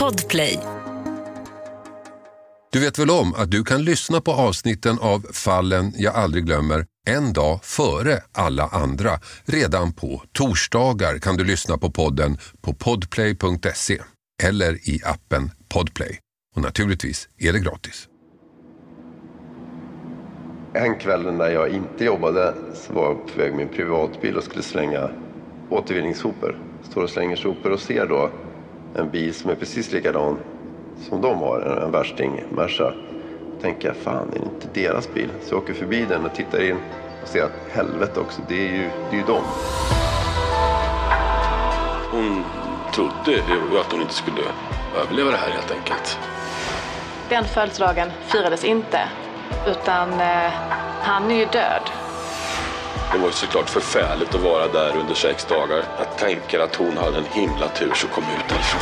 Podplay. Du vet väl om att du kan lyssna på avsnitten av Fallen jag aldrig glömmer en dag före alla andra. Redan på torsdagar kan du lyssna på podden på podplay.se eller i appen Podplay. Och naturligtvis är det gratis. En kväll när jag inte jobbade så var jag på väg med min privatbil och skulle slänga återvinningssopor. Står och slänger sopor och ser då en bil som är precis likadan som de har, en värsting Merca. Tänker jag, fan, är det inte deras bil? Så jag åker förbi den och tittar in och ser att helvete också, det är ju dem. Hon trodde ju att hon inte skulle överleva det här helt enkelt. Den födelsedagen firades inte, utan han är ju död. Det var ju såklart förfärligt att vara där under 6 dagar. Jag tänker att hon hade en himla tur som kom ut därifrån.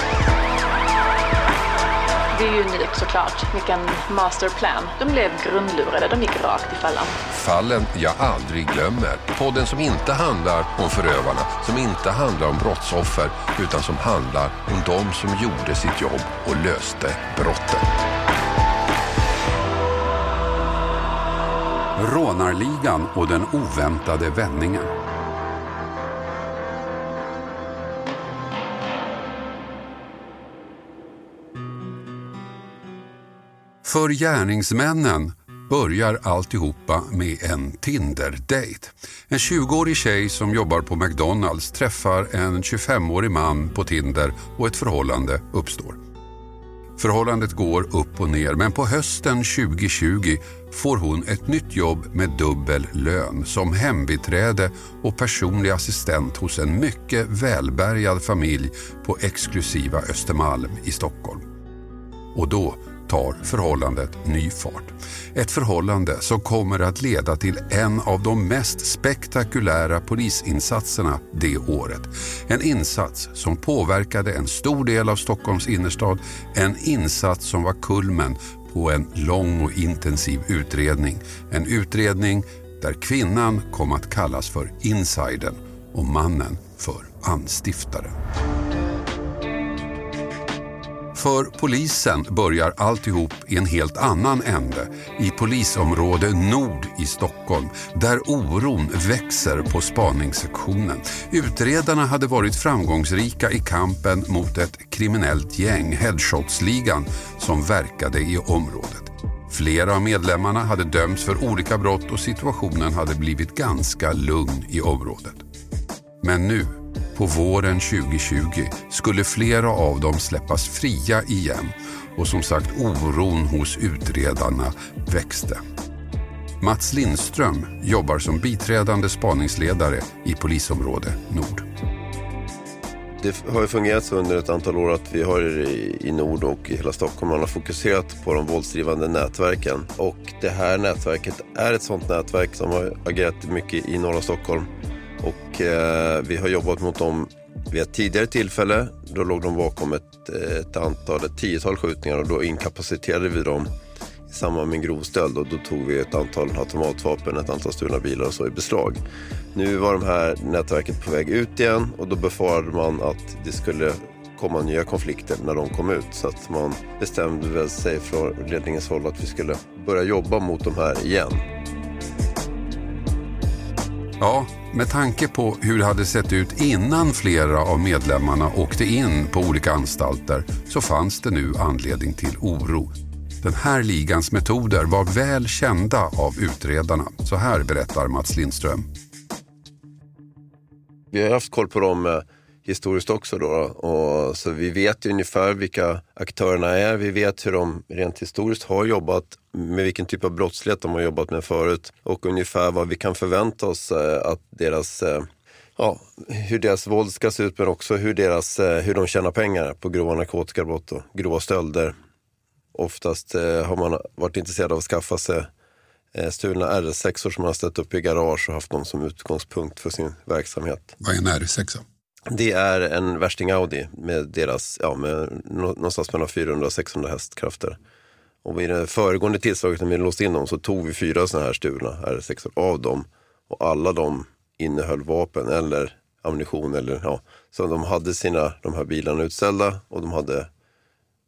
Det är ju unikt såklart, vilken masterplan. De blev grundlurade, de gick rakt i fällan. Fallen jag aldrig glömmer. Podden som inte handlar om förövarna, som inte handlar om brottsoffer, utan som handlar om de som gjorde sitt jobb och löste brotten. Rånarligan och den oväntade vändningen. För gärningsmännen börjar alltihopa med en Tinder-date. En 20-årig tjej som jobbar på McDonalds träffar en 25-årig man på Tinder och ett förhållande uppstår. Förhållandet går upp och ner, men på hösten 2020 får hon ett nytt jobb med dubbel lön som hembiträde och personlig assistent hos en mycket välbärgad familj på exklusiva Östermalm i Stockholm. Och då tar förhållandet ny fart. Ett förhållande som kommer att leda till en av de mest spektakulära polisinsatserna det året. En insats som påverkade en stor del av Stockholms innerstad. En insats som var kulmen på en lång och intensiv utredning. En utredning där kvinnan kom att kallas för insidern och mannen för anstiftaren. För polisen börjar alltihop i en helt annan ände, i polisområde Nord i Stockholm, där oron växer på spaningssektionen. Utredarna hade varit framgångsrika i kampen mot ett kriminellt gäng, Headshotsligan, som verkade i området. Flera av medlemmarna hade dömts för olika brott och situationen hade blivit ganska lugn i området. Men nu, på våren 2020, skulle flera av dem släppas fria igen och som sagt oron hos utredarna växte. Mats Lindström jobbar som biträdande spaningsledare i polisområde Nord. Det har ju fungerat så under ett antal år att vi har i Nord och i hela Stockholm man har fokuserat på de våldsdrivande nätverken. Och det här nätverket är ett sådant nätverk som har agerat mycket i norra Stockholm. Och vi har jobbat mot dem vid ett tidigare tillfälle. Då låg de bakom ett 10-tal skjutningar och då inkapaciterade vi dem i samband med en grov stöld. Och då tog vi ett antal automatvapen, ett antal stulna bilar och så i beslag. Nu var de här nätverket på väg ut igen och då befarade man att det skulle komma nya konflikter när de kom ut. Så att man bestämde väl sig från ledningens håll att vi skulle börja jobba mot de här igen. Ja, med tanke på hur det hade sett ut innan flera av medlemmarna åkte in på olika anstalter så fanns det nu anledning till oro. Den här ligans metoder var väl kända av utredarna. Så här berättar Mats Lindström. Vi har haft koll på dem historiskt också då. Och så vi vet ju ungefär vilka aktörerna är. Vi vet hur de rent historiskt har jobbat, med vilken typ av brottslighet de har jobbat med förut. Och ungefär vad vi kan förvänta oss att deras, hur deras våld ska se ut, men också hur de tjänar pengar på grova narkotikabrott och grova stölder. Oftast har man varit intresserad av att skaffa sig stulna RS6 som man har ställt upp i garage och haft dem som utgångspunkt för sin verksamhet. Vad är en RS6? Det är en värsting Audi med deras, med någonstans mellan 400 och 600 hästkrafter. Och vid det föregående tillslaget när vi låste in dem så tog vi 4 sådana här stulna RS6 av dem. Och alla de innehöll vapen eller ammunition eller så de hade de här bilarna utställda och de hade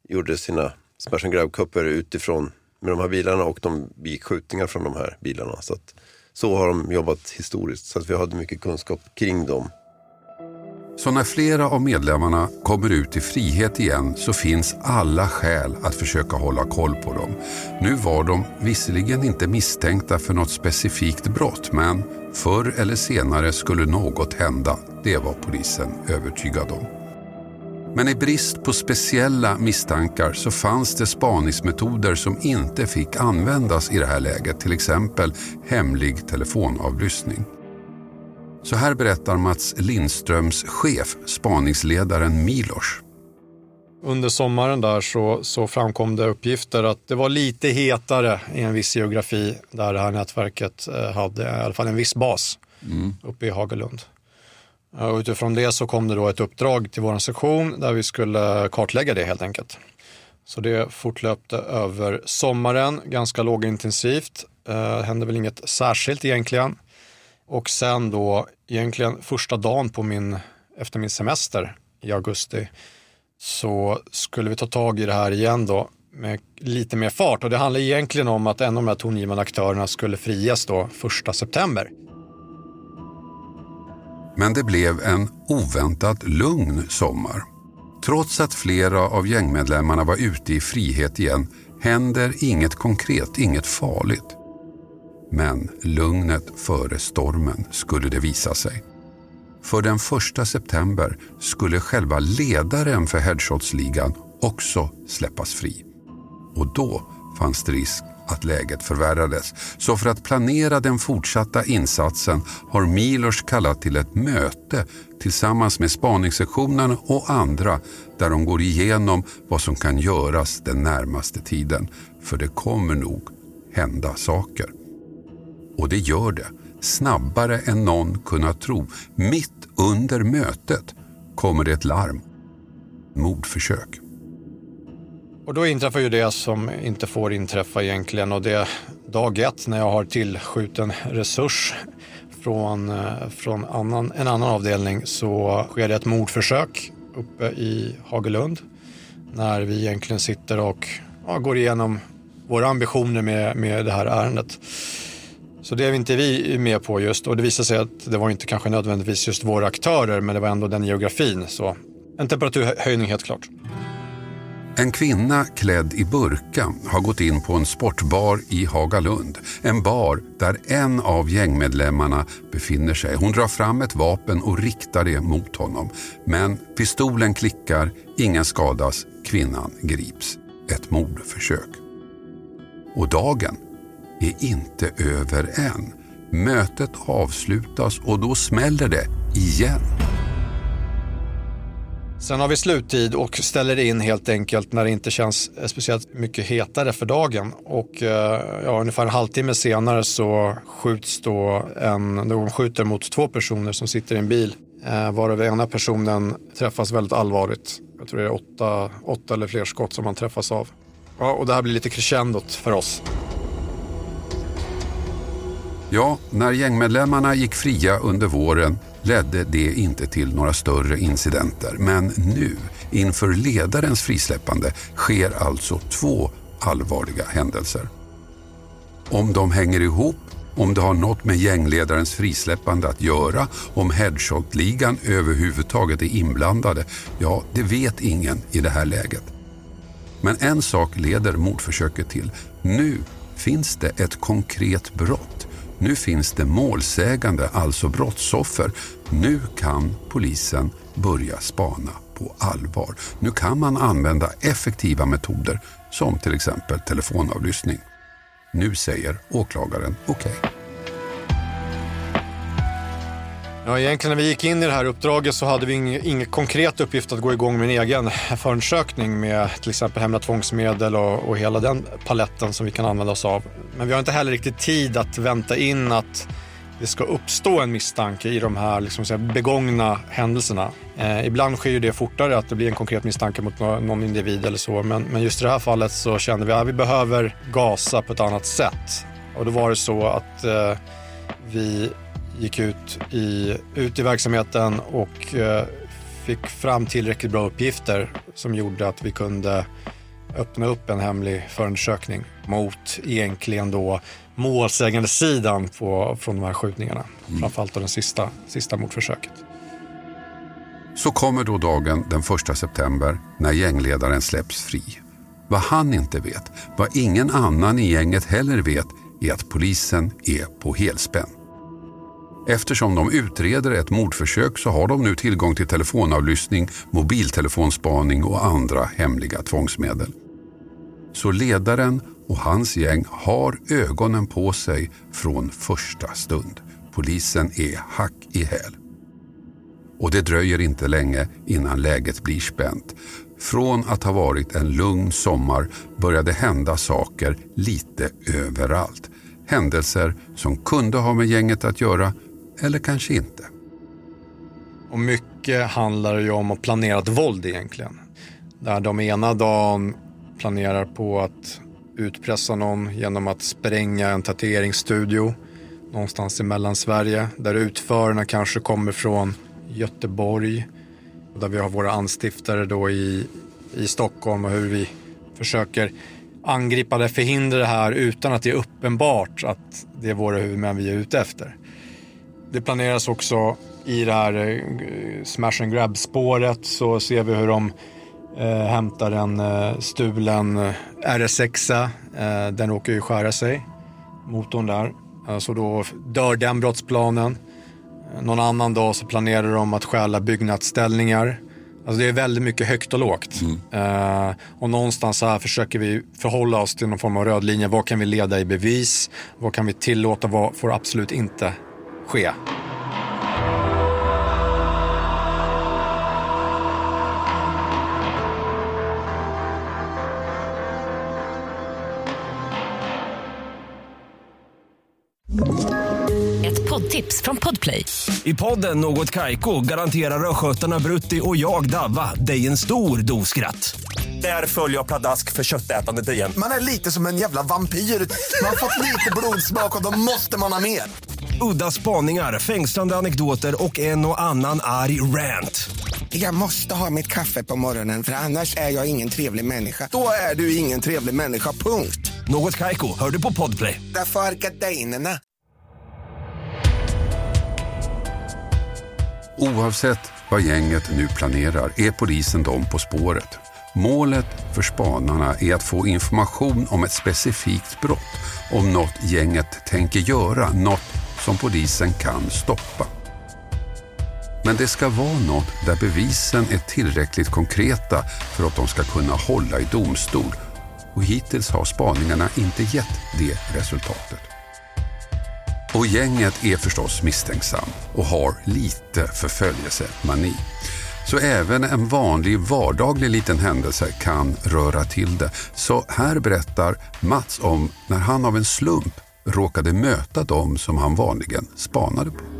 gjorde sina smash and grab-kupper utifrån med de här bilarna och de begick skjutningar från de här bilarna. Så har de jobbat historiskt, så att vi hade mycket kunskap kring dem. Så när flera av medlemmarna kommer ut i frihet igen så finns alla skäl att försöka hålla koll på dem. Nu var de visserligen inte misstänkta för något specifikt brott, men förr eller senare skulle något hända. Det var polisen övertygad om. Men i brist på speciella misstankar så fanns det spaningsmetoder som inte fick användas i det här läget, till exempel hemlig telefonavlyssning. Så här berättar Mats Lindströms chef, spaningsledaren Milos. Under sommaren där så framkom det uppgifter att det var lite hetare i en viss geografi där det här nätverket hade i alla fall en viss bas uppe i Hagalund. Och utifrån det så kom det då ett uppdrag till vår sektion där vi skulle kartlägga det helt enkelt. Så det fortlöpte över sommaren, ganska lågintensivt. Hände väl inget särskilt egentligen. Och sen då egentligen första dagen efter min semester i augusti så skulle vi ta tag i det här igen då med lite mer fart. Och det handlar egentligen om att en av de här tongivande aktörerna skulle frias då 1 september. Men det blev en oväntat lugn sommar. Trots att flera av gängmedlemmarna var ute i frihet igen händer inget konkret, inget farligt. Men lugnet före stormen skulle det visa sig. För den 1 september skulle själva ledaren för Headshots-ligan också släppas fri. Och då fanns det risk att läget förvärrades. Så för att planera den fortsatta insatsen har Milos kallat till ett möte tillsammans med spaningssektionen och andra där de går igenom vad som kan göras den närmaste tiden. För det kommer nog hända saker. Och det gör det, snabbare än någon kunnat tro. Mitt under mötet kommer det ett larm. Mordförsök. Och då inträffar ju det som inte får inträffa egentligen. Och det är dag 1 när jag har tillskjuten resurs från en annan avdelning så sker det ett mordförsök uppe i Hagalund. När vi egentligen sitter och går igenom våra ambitioner med det här ärendet. Så det är inte vi med på just, och det visar sig att det var inte kanske nödvändigtvis just våra aktörer, men det var ändå den geografin. Så en temperaturhöjning helt klart. En kvinna klädd i burka har gått in på en sportbar i Hagalund. En bar där en av gängmedlemmarna befinner sig. Hon drar fram ett vapen och riktar det mot honom. Men pistolen klickar, ingen skadas, kvinnan grips. Ett mordförsök. Och dagen är inte över än. Mötet avslutas och då smäller det igen. Sen har vi sluttid och ställer in helt enkelt när det inte känns speciellt mycket hetare för dagen. Och ungefär en halvtimme senare så skjuts då de skjuter mot 2 personer som sitter i en bil. Varav ena personen träffas väldigt allvarligt. Jag tror det är 8 eller fler skott som man träffas av. Ja, och det här blir lite crescendot för oss. Ja, när gängmedlemmarna gick fria under våren ledde det inte till några större incidenter. Men nu, inför ledarens frisläppande, sker alltså 2 allvarliga händelser. Om de hänger ihop, om det har något med gängledarens frisläppande att göra, om Headshot-ligan överhuvudtaget är inblandade, ja, det vet ingen i det här läget. Men en sak leder mordförsöket till. Nu finns det ett konkret brott. Nu finns det målsägande, alltså brottsoffer. Nu kan polisen börja spana på allvar. Nu kan man använda effektiva metoder som till exempel telefonavlyssning. Nu säger åklagaren okej. Ja, egentligen när vi gick in i det här uppdraget så hade vi ingen konkret uppgift att gå igång med en egen förundersökning med till exempel hemliga tvångsmedel och hela den paletten som vi kan använda oss av. Men vi har inte heller riktigt tid att vänta in att det ska uppstå en misstanke i de här begångna händelserna. Ibland sker ju det fortare att det blir en konkret misstanke mot någon individ eller så. Men just i det här fallet så kände vi att vi behöver gasa på ett annat sätt. Och då var det så att vi gick ut i verksamheten och fick fram tillräckligt bra uppgifter som gjorde att vi kunde öppna upp en hemlig förundersökning mot egentligen då målsägande sidan från de här skjutningarna. Framförallt då den sista mordförsöket. Så kommer då dagen den 1 september när gängledaren släpps fri. Vad han inte vet, vad ingen annan i gänget heller vet, är att polisen är på helspänn. Eftersom de utreder ett mordförsök så har de nu tillgång till telefonavlyssning, mobiltelefonspaning och andra hemliga tvångsmedel. Så ledaren och hans gäng har ögonen på sig från första stund. Polisen är hack i häl. Och det dröjer inte länge innan läget blir spänt. Från att ha varit en lugn sommar började hända saker lite överallt. Händelser som kunde ha med gänget att göra eller kanske inte. Och mycket handlar ju om planerat våld egentligen. Där de ena dagen planerar på att utpressa någon genom att spränga en tatueringsstudio någonstans i Mellansverige. Där utförarna kanske kommer från Göteborg. Där vi har våra anstiftare då i Stockholm och hur vi försöker angripa det, förhindra det här utan att det är uppenbart att det är våra huvudmän vi är ute efter. Det planeras också i det här smash and grab spåret, så ser vi hur de hämtar en stulen RS6. Den råkar ju skära sig, motorn där. Så då dör den brottsplanen. Någon annan dag så planerar de att stjäla byggnadsställningar. Alltså det är väldigt mycket högt och lågt. Och någonstans här försöker vi förhålla oss till någon form av röd linje. Vad kan vi leda i bevis? Vad kan vi tillåta? Vad får absolut inte ske? Ett poddtips från Podplay. I podden Något Kaiko garanterar röskötarna Brutti och jag Davva dig en stor doskratt. Där följer jag pladask för köttätandet igen. Man är lite som en jävla vampyr. Man har fått lite blodsmak och då måste man ha mer. Udda spaningar, fängslande anekdoter och en och annan arg rant. Jag måste ha mitt kaffe på morgonen för annars är jag ingen trevlig människa. Då är du ingen trevlig människa, punkt. Något Kaiko, hör du på Podplay. Därför är gardinerna. Oavsett vad gänget nu planerar är polisen dem på spåret. Målet för spanarna är att få information om ett specifikt brott, om något gänget tänker göra, något som polisen kan stoppa. Men det ska vara något där bevisen är tillräckligt konkreta för att de ska kunna hålla i domstol. Och hittills har spaningarna inte gett det resultatet. Och gänget är förstås misstänksam och har lite förföljelsemani. Så även en vanlig vardaglig liten händelse kan röra till det. Så här berättar Mats om när han av en slump råkade möta dem som han vanligen spanade på.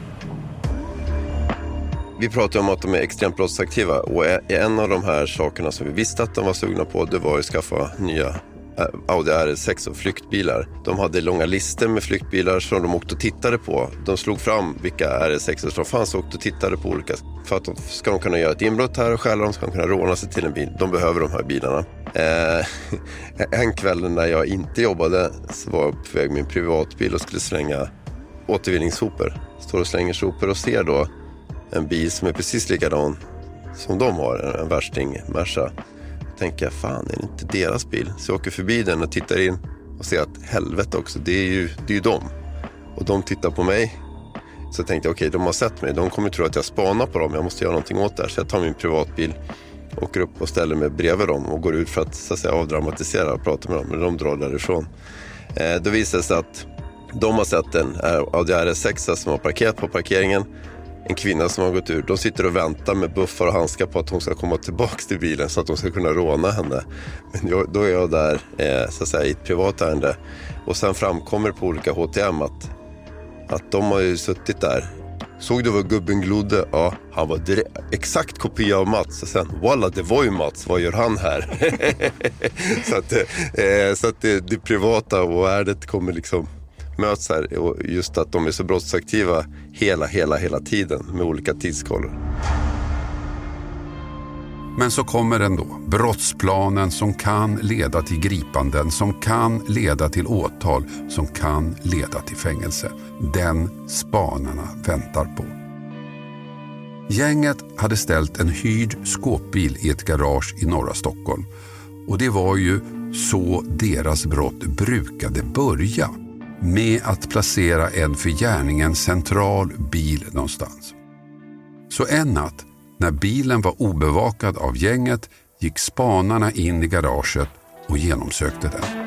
Vi pratar om att de är extremt brottsaktiva och en av de här sakerna som vi visste att de var sugna på, det var att skaffa nya Audi RS6 och flyktbilar. De hade långa listor med flyktbilar som de åkte och tittade på. De slog fram vilka RS6 som fanns och åkte och tittade på olika. För att ska de kunna göra ett inbrott här och stjäla dem, ska de kunna råna sig till en bil. De behöver de här bilarna. En kväll när jag inte jobbade så var jag på väg med en privatbil och skulle slänga återvinningssopor. Står och slänger sopor och ser då en bil som är precis likadan som de har, en värsting Merca. Tänker jag, fan, är det inte deras bil? Så jag åker förbi den och tittar in och ser att helvete också, det är ju dem. Och de tittar på mig. Så tänkte jag, okej, de har sett mig. De kommer tro att jag spanar på dem. Jag måste göra någonting åt det här. Så jag tar min privatbil, åker upp och ställer mig bredvid dem och går ut för att, så att säga, avdramatisera och prata med dem. Men de drar därifrån. Då visar det sig att de har sett en Audi RS6 som har parkerat på parkeringen. En kvinna som har gått ur. De sitter och väntar med buffar och handskar på att hon ska komma tillbaka till bilen så att de ska kunna råna henne. Men då är jag där så att säga, i ett privat ärende. Och sen framkommer på olika HTM att de har ju suttit där. Såg du vad gubben glodde? Ja, han var exakt kopia av Mats. Och sen, walla, det var ju Mats. Vad gör han här? så att det privata och ärdet kommer liksom möts här. Och just att de är så brottsaktiva hela tiden med olika tidsskalor. Men så kommer den då, brottsplanen som kan leda till gripanden, som kan leda till åtal, som kan leda till fängelse. Den spanarna väntar på. Gänget hade ställt en hyrd skåpbil i ett garage i norra Stockholm. Och det var ju så deras brott brukade börja, med att placera en för gärningen central bil någonstans. Så en natt, när bilen var obevakad av gänget, gick spanarna in i garaget och genomsökte den.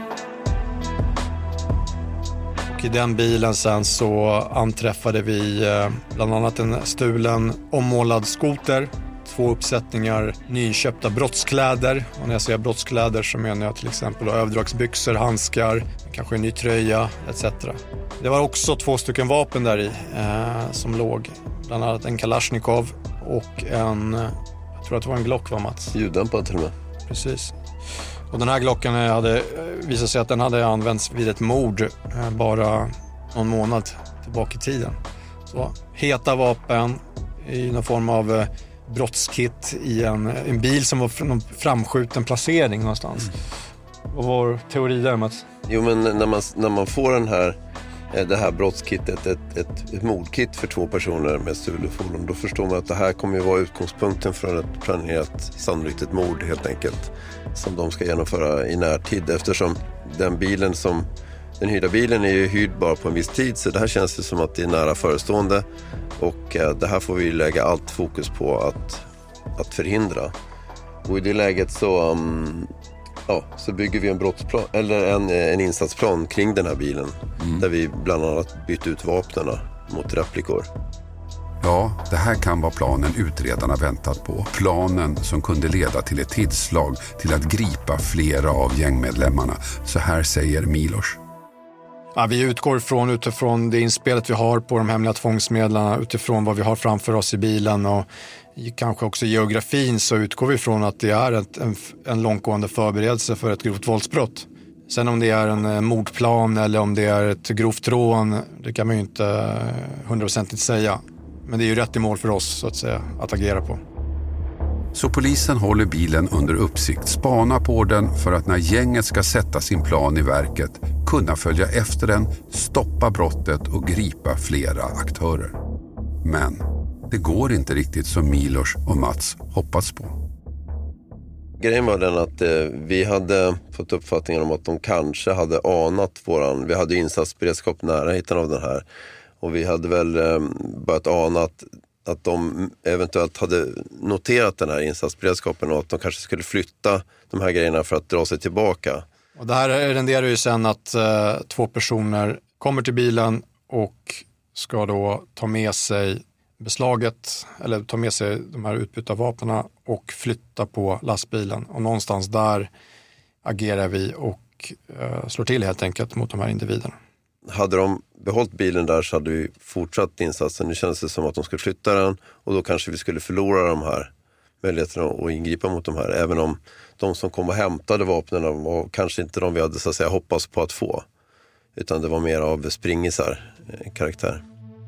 Och i den bilen sen så anträffade vi bland annat en stulen ommålad skoter, 2 uppsättningar nyköpta brottskläder. Och när jag säger brottskläder så menar jag till exempel överdragsbyxor, handskar, kanske en ny tröja etc. Det var också 2 stycken vapen där i som låg. Bland annat en Kalashnikov och jag tror att det var en Glock, va Mats? Ljuddämpad till och med. Precis. Och den här Glocken hade visat sig att den hade använts vid ett mord bara någon månad tillbaka i tiden. Så heta vapen i någon form av brottskit i en bil som var någon framskjuten placering någonstans. Vad var vår teori där, Mats? Jo, men när man får det här brottskittet, ett mordkit för 2 personer med stulet fordon, då förstår man att det här kommer ju vara utgångspunkten för ett planerat, sannolikt ett mord helt enkelt, som de ska genomföra i närtid, eftersom den hyrda bilen är ju hyrd bara på en viss tid, så det här känns det som att det är nära förestående, och det här får vi lägga allt fokus på att förhindra. Och i det läget så bygger vi en brottsplan, eller en insatsplan kring den här bilen, där vi bland annat byter ut vapnena mot replikor. Ja, det här kan vara planen utredarna väntat på. Planen som kunde leda till ett tillslag till att gripa flera av gängmedlemmarna. Så här säger Milos. Ja, vi utgår utifrån det inspelet vi har på de hemliga tvångsmedlarna, utifrån vad vi har framför oss i bilen och kanske också geografin, så utgår vi från att det är en långtgående förberedelse för ett grovt våldsbrott. Sen om det är en mordplan eller om det är ett grovt rån, det kan man ju inte 100% säga. Men det är ju rätt i mål för oss så att säga att agera på. Så polisen håller bilen under uppsikt, spanar på den för att när gänget ska sätta sin plan i verket kunna följa efter den, stoppa brottet och gripa flera aktörer. Men det går inte riktigt som Milos och Mats hoppats på. Grejen var den att vi hade fått uppfattningen om att de kanske hade anat vi hade insatsberedskap nära hittan av den här. Och vi hade väl börjat ana att de eventuellt hade noterat den här insatsberedskapen och att de kanske skulle flytta de här grejerna för att dra sig tillbaka. Och det här renderar ju sen att 2 personer kommer till bilen och ska då ta med sig beslaget, eller ta med sig de här utbytta vapnen och flytta på lastbilen. Och någonstans där agerar vi och slår till helt enkelt mot de här individerna. Hade de behållit bilen där så hade vi fortsatt insatsen. Nu känns det som att de skulle flytta den och då kanske vi skulle förlora de här möjligheterna att ingripa mot de här. Även om de som kom och hämtade vapnen var kanske inte de vi hade så att säga hoppats på att få. Utan det var mer av springisar karaktär.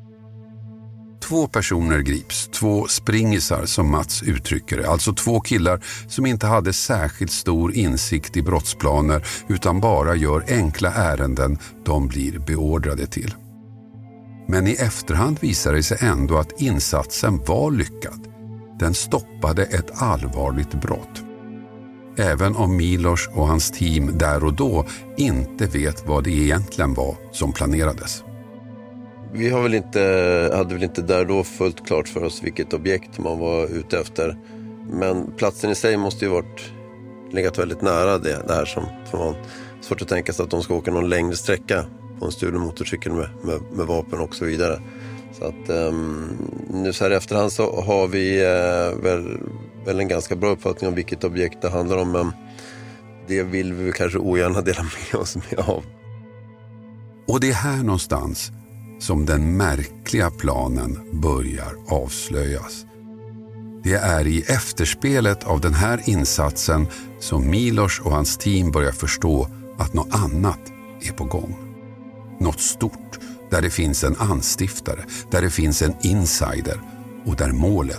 2 personer grips, 2 springisar som Mats uttrycker det. Alltså 2 killar som inte hade särskilt stor insikt i brottsplaner utan bara gör enkla ärenden de blir beordrade till. Men i efterhand visar det sig ändå att insatsen var lyckad. Den stoppade ett allvarligt brott. Även om Milos och hans team där och då inte vet vad det egentligen var som planerades. Vi hade väl inte där då fullt klart för oss vilket objekt man var ute efter. Men platsen i sig måste ju legat väldigt nära det här som var svårt att tänka sig att de ska åka någon längre sträcka på en stulen motorcykel med vapen och så vidare. Så att nu så här i efterhand så har vi väl en ganska bra uppfattning om vilket objekt det handlar om. Men det vill vi kanske ogärna dela med oss med av. Och det är här någonstans som den märkliga planen börjar avslöjas. Det är i efterspelet av den här insatsen som Milos och hans team börjar förstå att något annat är på gång. Något stort, där det finns en anstiftare, där det finns en insider och där målet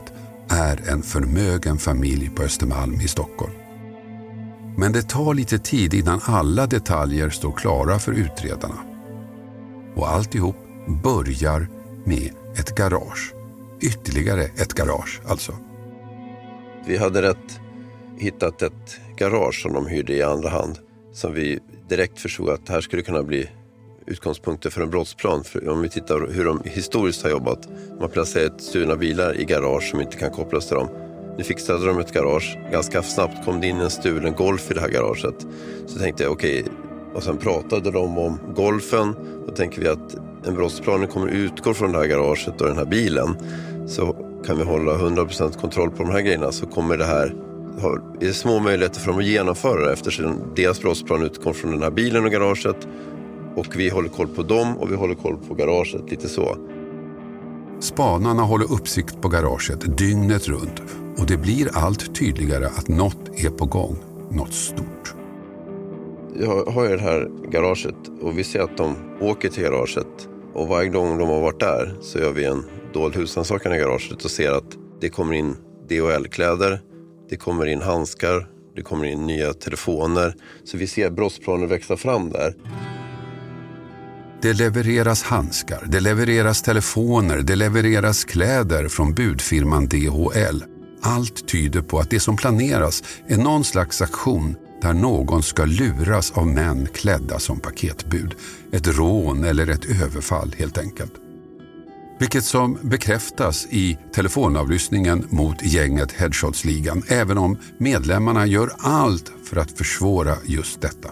är en förmögen familj på Östermalm i Stockholm. Men det tar lite tid innan alla detaljer står klara för utredarna. Och alltihop börjar med ett garage. Ytterligare ett garage alltså. Vi hade hittat ett garage som de hyrde i andra hand. Som vi direkt förstod att det här skulle kunna bli utgångspunkter för en brottsplan. För om vi tittar hur de historiskt har jobbat. De har placerat stulna bilar i garage som inte kan kopplas till dem. Nu fixade de ett garage. Ganska snabbt kom det in en stulen golf i det här garaget. Så tänkte jag okej. Och sen pratade de om golfen. Då tänker vi att en brottsplan kommer utgå från det här garaget och den här bilen. Så kan vi hålla 100% kontroll på de här grejerna. Så kommer det här... Det är små möjligheter för dem att genomföra det eftersom deras brottsplan utgår från den här bilen och garaget. Och vi håller koll på dem och vi håller koll på garaget, lite så. Spanarna håller uppsikt på garaget dygnet runt och det blir allt tydligare att något är på gång, något stort. Jag har ju det här garaget och vi ser att de åker till garaget. Och varje gång de har varit där så gör vi en dold husrannsakan i garaget och ser att det kommer in DHL-kläder, det kommer in handskar, det kommer in nya telefoner. Så vi ser brottsplaner växa fram där. Det levereras handskar, det levereras telefoner, det levereras kläder från budfirman DHL. Allt tyder på att det som planeras är någon slags aktion där någon ska luras av män klädda som paketbud. Ett rån eller ett överfall helt enkelt. Vilket som bekräftas i telefonavlyssningen mot gänget Headshotsligan, även om medlemmarna gör allt för att försvåra just detta.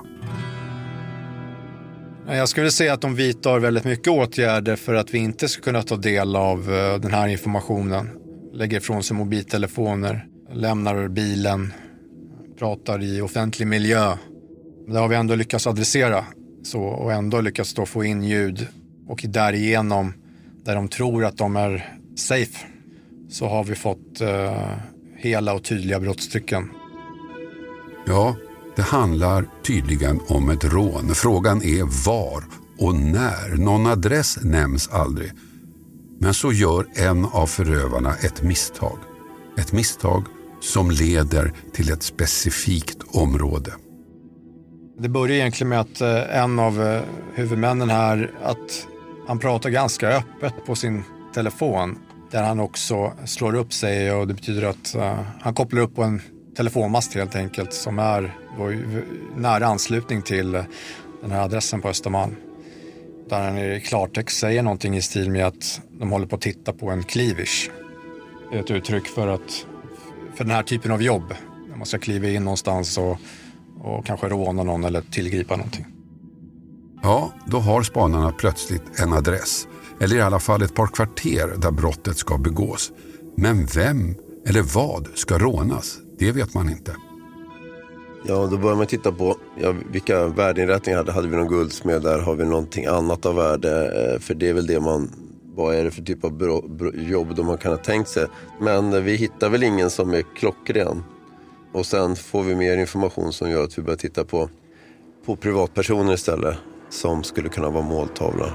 Jag skulle säga att de vidtar väldigt mycket åtgärder för att vi inte ska kunna ta del av den här informationen. Lägger ifrån sig mobiltelefoner, lämnar bilen, pratar i offentlig miljö. Det har vi ändå lyckats adressera och ändå lyckats då få in ljud och därigenom där de tror att de är safe så har vi fått hela och tydliga brottstycken. Ja, det handlar tydligen om ett rån. Frågan är var och när. Någon adress nämns aldrig. Men så gör en av förövarna ett misstag. Ett misstag som leder till ett specifikt område. Det börjar egentligen med att en av huvudmännen här att han pratar ganska öppet på sin telefon där han också slår upp sig och det betyder att han kopplar upp på en telefonmast helt enkelt som är nära anslutning till den här adressen på Östermalm. Där han i klartext säger någonting i stil med att de håller på att titta på en cleavage. Det är ett uttryck för den här typen av jobb. När man ska kliva in någonstans och kanske råna någon eller tillgripa någonting. Ja, då har spanarna plötsligt en adress. Eller i alla fall ett par kvarter där brottet ska begås. Men vem eller vad ska rånas? Det vet man inte. Ja, då börjar man titta på vilka värdeinrättningar hade vi någon guldsmed där, har vi någonting annat av värde, för det är väl det vad är det för typ av jobb de man kan ha tänkt sig. Men vi hittar väl ingen som är klockren. Och sen får vi mer information som gör att vi börjar titta på privatpersoner istället som skulle kunna vara måltavlor.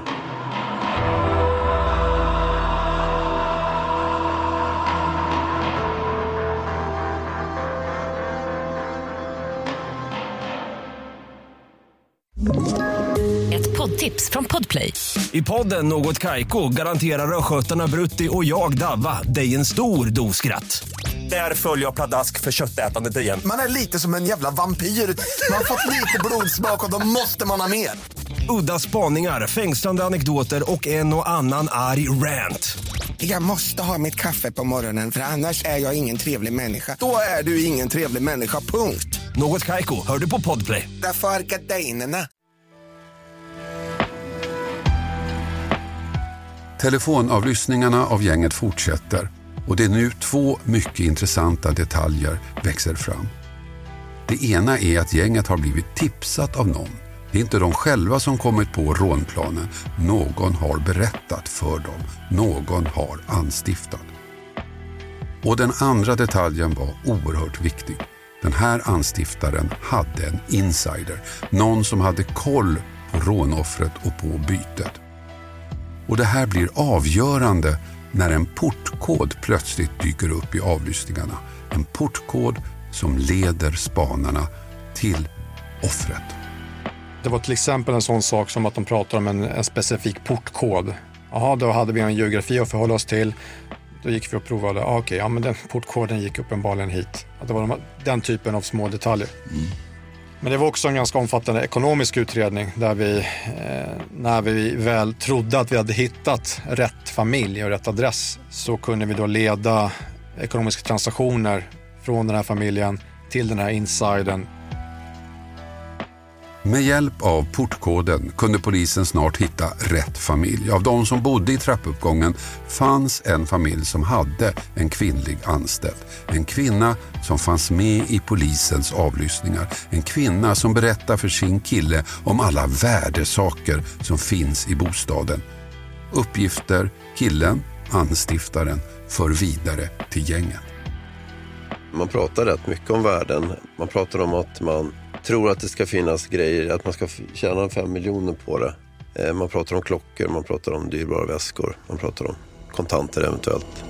Ett poddtips från Podplay. I podden Något Kaiko garanterar röskötarna Brutti och jag Davva dig en stor doskratt. Där följer jag pladask för köttätandet igen. Man är lite som en jävla vampyr. Man har fått lite blodsmak och då måste man ha mer. Udda spaningar, fängslande anekdoter och en och annan arg rant. Jag måste ha mitt kaffe på morgonen för annars är jag ingen trevlig människa. Då är du ingen trevlig människa, punkt. Något Kaiko, hör du på Podplay. Därför är gardinerna. Telefonavlyssningarna av gänget fortsätter och det är nu 2 mycket intressanta detaljer växer fram. Det ena är att gänget har blivit tipsat av någon. Det är inte de själva som kommit på rånplanen. Någon har berättat för dem. Någon har anstiftat. Och den andra detaljen var oerhört viktig. Den här anstiftaren hade en insider. Någon som hade koll på rånoffret och på bytet. Och det här blir avgörande när en portkod plötsligt dyker upp i avlyssningarna. En portkod som leder spanarna till offret. Det var till exempel en sån sak som att de pratar om en specifik portkod. Jaha, då hade vi en geografi att förhålla oss till. Då gick vi och provade. Men den portkoden gick uppenbarligen hit. Att det var den typen av små detaljer. Men det var också en ganska omfattande ekonomisk utredning där vi, när vi väl trodde att vi hade hittat rätt familj och rätt adress, så kunde vi då leda ekonomiska transaktioner från den här familjen till den här insidern. Med hjälp av portkoden kunde polisen snart hitta rätt familj. Av de som bodde i trappuppgången fanns en familj som hade en kvinnlig anställd. En kvinna som fanns med i polisens avlyssningar. En kvinna som berättar för sin kille om alla värdesaker som finns i bostaden. Uppgifter killen, anstiftaren, för vidare till gängen. Man pratar rätt mycket om värden. Man pratar om att man tror att det ska finnas grejer, att man ska tjäna 5 miljoner på det. Man pratar om klockor, man pratar om dyrbara väskor, man pratar om kontanter eventuellt.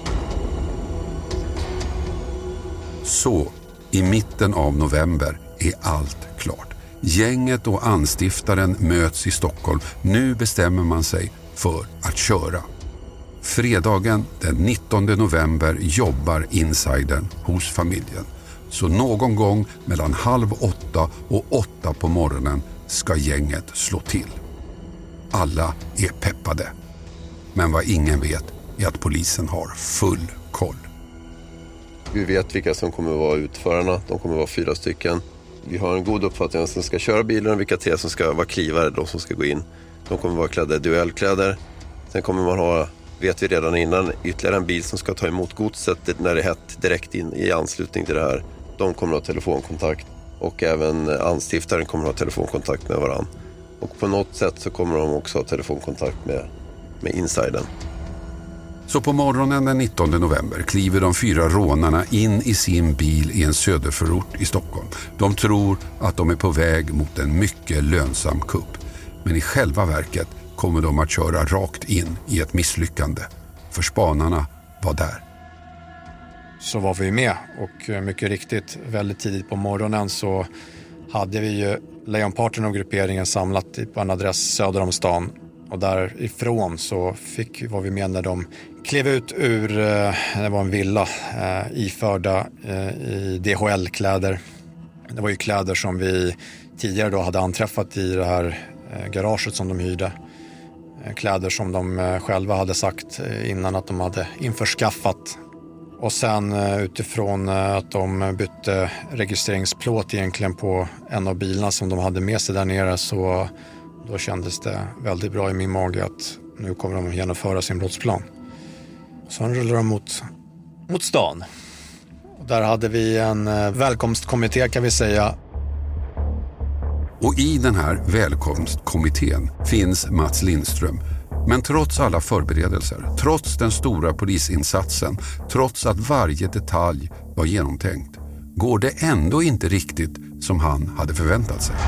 Så, i mitten av november är allt klart. Gänget och anstiftaren möts i Stockholm. Nu bestämmer man sig för att köra. Fredagen den 19 november jobbar insidern hos familjen. Så någon gång mellan 7:30 och 8 på morgonen ska gänget slå till. Alla är peppade. Men vad ingen vet är att polisen har full koll. Vi vet vilka som kommer vara utförarna. De kommer vara 4 stycken. Vi har en god uppfattning om som ska köra bilen och vilka 3 som ska vara klivare, de som ska gå in. De kommer vara klädda i duellkläder. Sen kommer man ha, vet vi redan innan, ytterligare en bil som ska ta emot godset när det är hett direkt in i anslutning till det här. De kommer att ha telefonkontakt och även anstiftaren kommer att ha telefonkontakt med varann. Och på något sätt så kommer de också ha telefonkontakt med insidern. Så på morgonen den 19 november kliver de 4 rånarna in i sin bil i en söderförort i Stockholm. De tror att de är på väg mot en mycket lönsam kupp. Men i själva verket kommer de att köra rakt in i ett misslyckande. För spanarna var där. Så var vi med och mycket riktigt väldigt tidigt på morgonen så hade vi ju lejonparten av grupperingen samlat på en adress söder om stan. Och därifrån så var vi med när de klev ut ur, det var en villa, iförda i DHL-kläder. Det var ju kläder som vi tidigare då hade anträffat i det här garaget som de hyrde. Kläder som de själva hade sagt innan att de hade införskaffat. Och sen utifrån att de bytte registreringsplåt egentligen på en av bilarna som de hade med sig där nere, så då kändes det väldigt bra i min mage att nu kommer de att genomföra sin brottsplan. Sen rullade de mot stan. Och där hade vi en välkomstkommitté kan vi säga. Och i den här välkomstkommittén finns Mats Lindström. Men trots alla förberedelser, trots den stora polisinsatsen, trots att varje detalj var genomtänkt, går det ändå inte riktigt som han hade förväntat sig.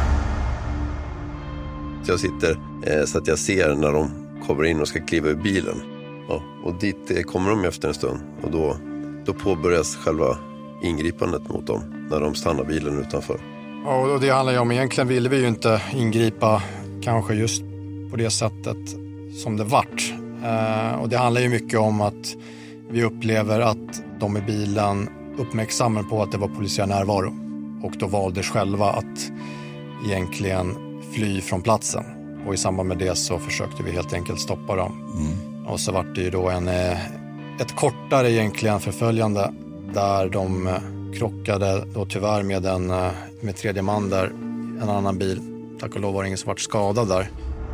Jag sitter så att jag ser när de kommer in och ska kliva ur bilen. Ja, och dit kommer de efter en stund. Och då påbörjas själva ingripandet mot dem när de stannar bilen utanför. Ja, och det handlar ju om, egentligen ville vi ju inte ingripa kanske just på det sättet som det vart. Och det handlar ju mycket om att vi upplever att de i bilen uppmärksammar på att det var polisiär närvaro. Och då valde själva att egentligen fly från platsen. Och i samband med det så försökte vi helt enkelt stoppa dem. Och så vart det ju då ett kortare egentligen förföljande där de krockade då tyvärr med tredje man där, en annan bil. Tack och lov var ingen som vart skadad där.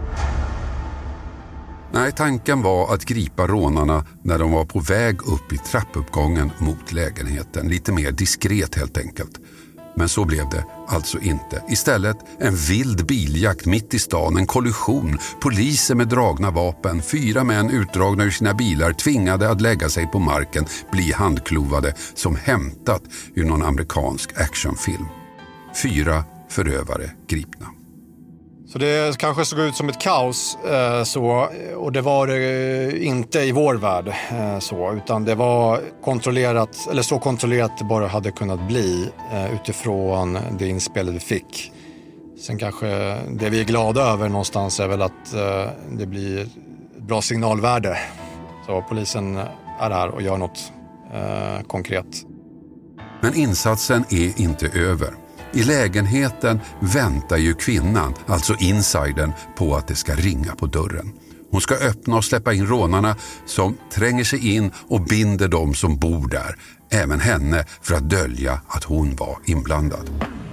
Nej, tanken var att gripa rånarna när de var på väg upp i trappuppgången mot lägenheten. Lite mer diskret helt enkelt. Men så blev det alltså inte. Istället en vild biljakt mitt i stan, en kollision, poliser med dragna vapen, 4 män utdragna ur sina bilar tvingade att lägga sig på marken, bli handklovade som hämtat ur någon amerikansk actionfilm. 4 förövare gripna. Så det kanske såg ut som ett kaos, och det var inte i vår värld, utan det var kontrollerat, eller så kontrollerat det bara hade kunnat bli utifrån det inspelet vi fick. Sen kanske det vi är glada över någonstans är väl att det blir ett bra signalvärde. Så polisen är här och gör något konkret. Men insatsen är inte över. I lägenheten väntar ju kvinnan, alltså insidern, på att det ska ringa på dörren. Hon ska öppna och släppa in rånarna som tränger sig in och binder dem som bor där. Även henne, för att dölja att hon var inblandad.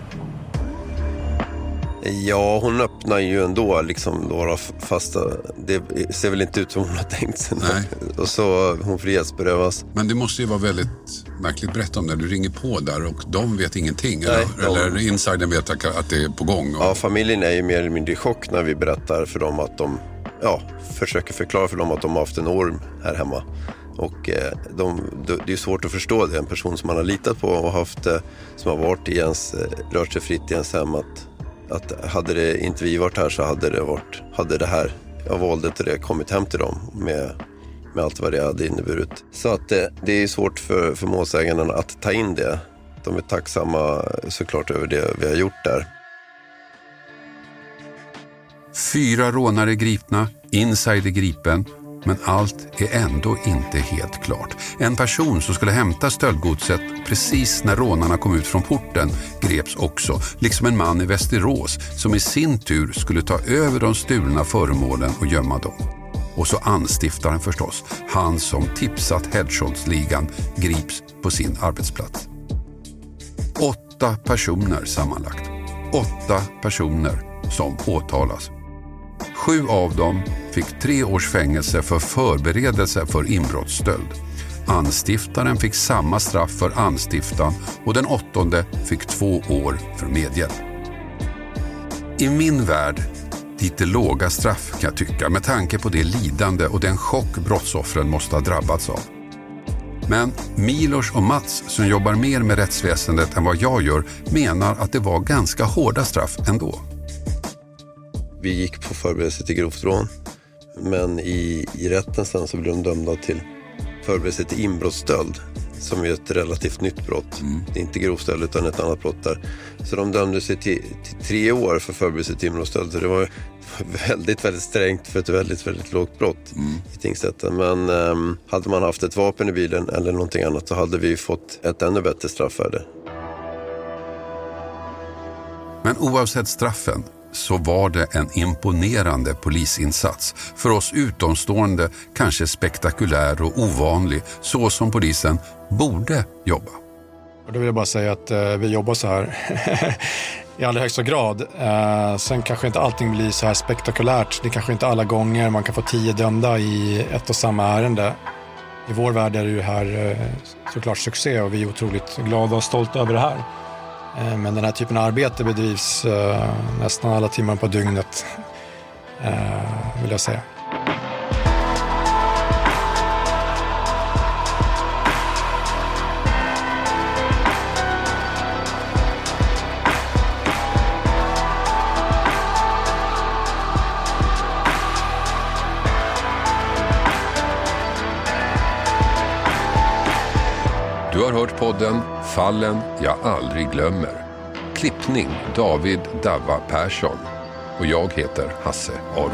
Ja, hon öppnar ju ändå liksom några fasta. Det ser väl inte ut som hon har tänkt sig. Nej. Och så hon frihetsberövas. Men det måste ju vara väldigt märkligt. Berätta om det. Du ringer på där och de vet ingenting. Nej, eller insidern vet att det är på gång. Och... Ja, familjen är ju mer eller mindre i chock när vi berättar för dem att de, försöker förklara för dem att de har haft en orm här hemma. Och det är svårt att förstå det. En person som man har litat på och haft, som har varit i ens, rört sig fritt i ens hem, att hade det inte vi varit här så hade det här våldet och det kommit hem till dem med allt vad det hade inneburit. Så att det är svårt för målsägarna att ta in det. De är tacksamma såklart över det vi har gjort där. 4 rånare gripna, insider gripen, men allt är ändå inte helt klart. En person som skulle hämta stöldgodset precis när rånarna kom ut från porten greps också, liksom en man i Västerås som i sin tur skulle ta över de stulna föremålen och gömma dem. Och så anstiftaren förstås, han som tipsat Headshots-ligan, grips på sin arbetsplats. 8 personer sammanlagt. 8 personer som åtalas. 7 av dem fick 3 års fängelse för förberedelse för inbrottsstöld. Anstiftaren fick samma straff för anstiftan och den 8:e fick 2 år för medhjälp. I min värld lite låga straff kan jag tycka, med tanke på det lidande och den chock brottsoffren måste ha drabbats av. Men Milos och Mats, som jobbar mer med rättsväsendet än vad jag gör, menar att det var ganska hårda straff ändå. Vi gick på förberedelse till grovt rån, men i rätten sen så blev de dömda till förberedelse till inbrottsstöld, som är ett relativt nytt brott. Det är inte grovstöld utan ett annat brott där. Så de dömde sig till 3 år för förberedelse till inbrottsstöld. Så det var väldigt, väldigt strängt för ett väldigt, väldigt lågt brott i tingsrätten. Men hade man haft ett vapen i bilen eller någonting annat så hade vi fått ett ännu bättre straffvärde. Men oavsett straffen så var det en imponerande polisinsats. För oss utomstående kanske spektakulär och ovanlig, så som polisen borde jobba. Och då vill jag bara säga att vi jobbar så här i allra högsta grad. Sen kanske inte allting blir så här spektakulärt. Det kanske inte alla gånger man kan få 10 dömda i ett och samma ärende. I vår värld är det ju här såklart succé och vi är otroligt glada och stolta över det här. Men den här typen av arbete bedrivs nästan alla timmar på dygnet, vill jag säga. Du har hört podden Fallen jag aldrig glömmer. Klippning David Davva Persson. Och jag heter Hasse Aro.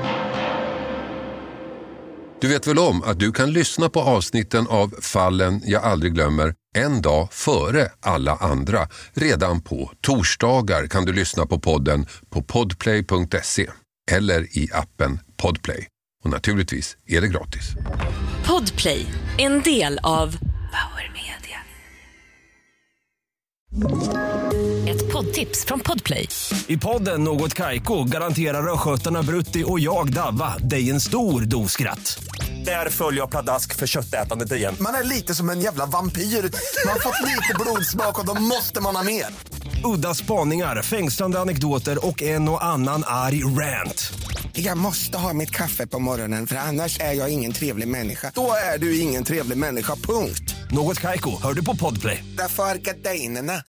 Du vet väl om att du kan lyssna på avsnitten av Fallen jag aldrig glömmer en dag före alla andra. Redan på torsdagar kan du lyssna på podden på podplay.se eller i appen Podplay. Och naturligtvis är det gratis. Podplay, en del av Power Media. Ett poddtips från Podplay. I podden Något Kaiko garanterar röskötarna Brutti och jag Davva dig en stor doskratt. Där följer jag pladask för köttätandet igen. Man är lite som en jävla vampyr. Man har fått lite blodsmak och då måste man ha mer. Udda spaningar, fängslande anekdoter och en och annan arg rant. Jag måste ha mitt kaffe på morgonen för annars är jag ingen trevlig människa. Då är du ingen trevlig människa, punkt. Något Kaiko, hör du på Podplay. Därför är gardinerna.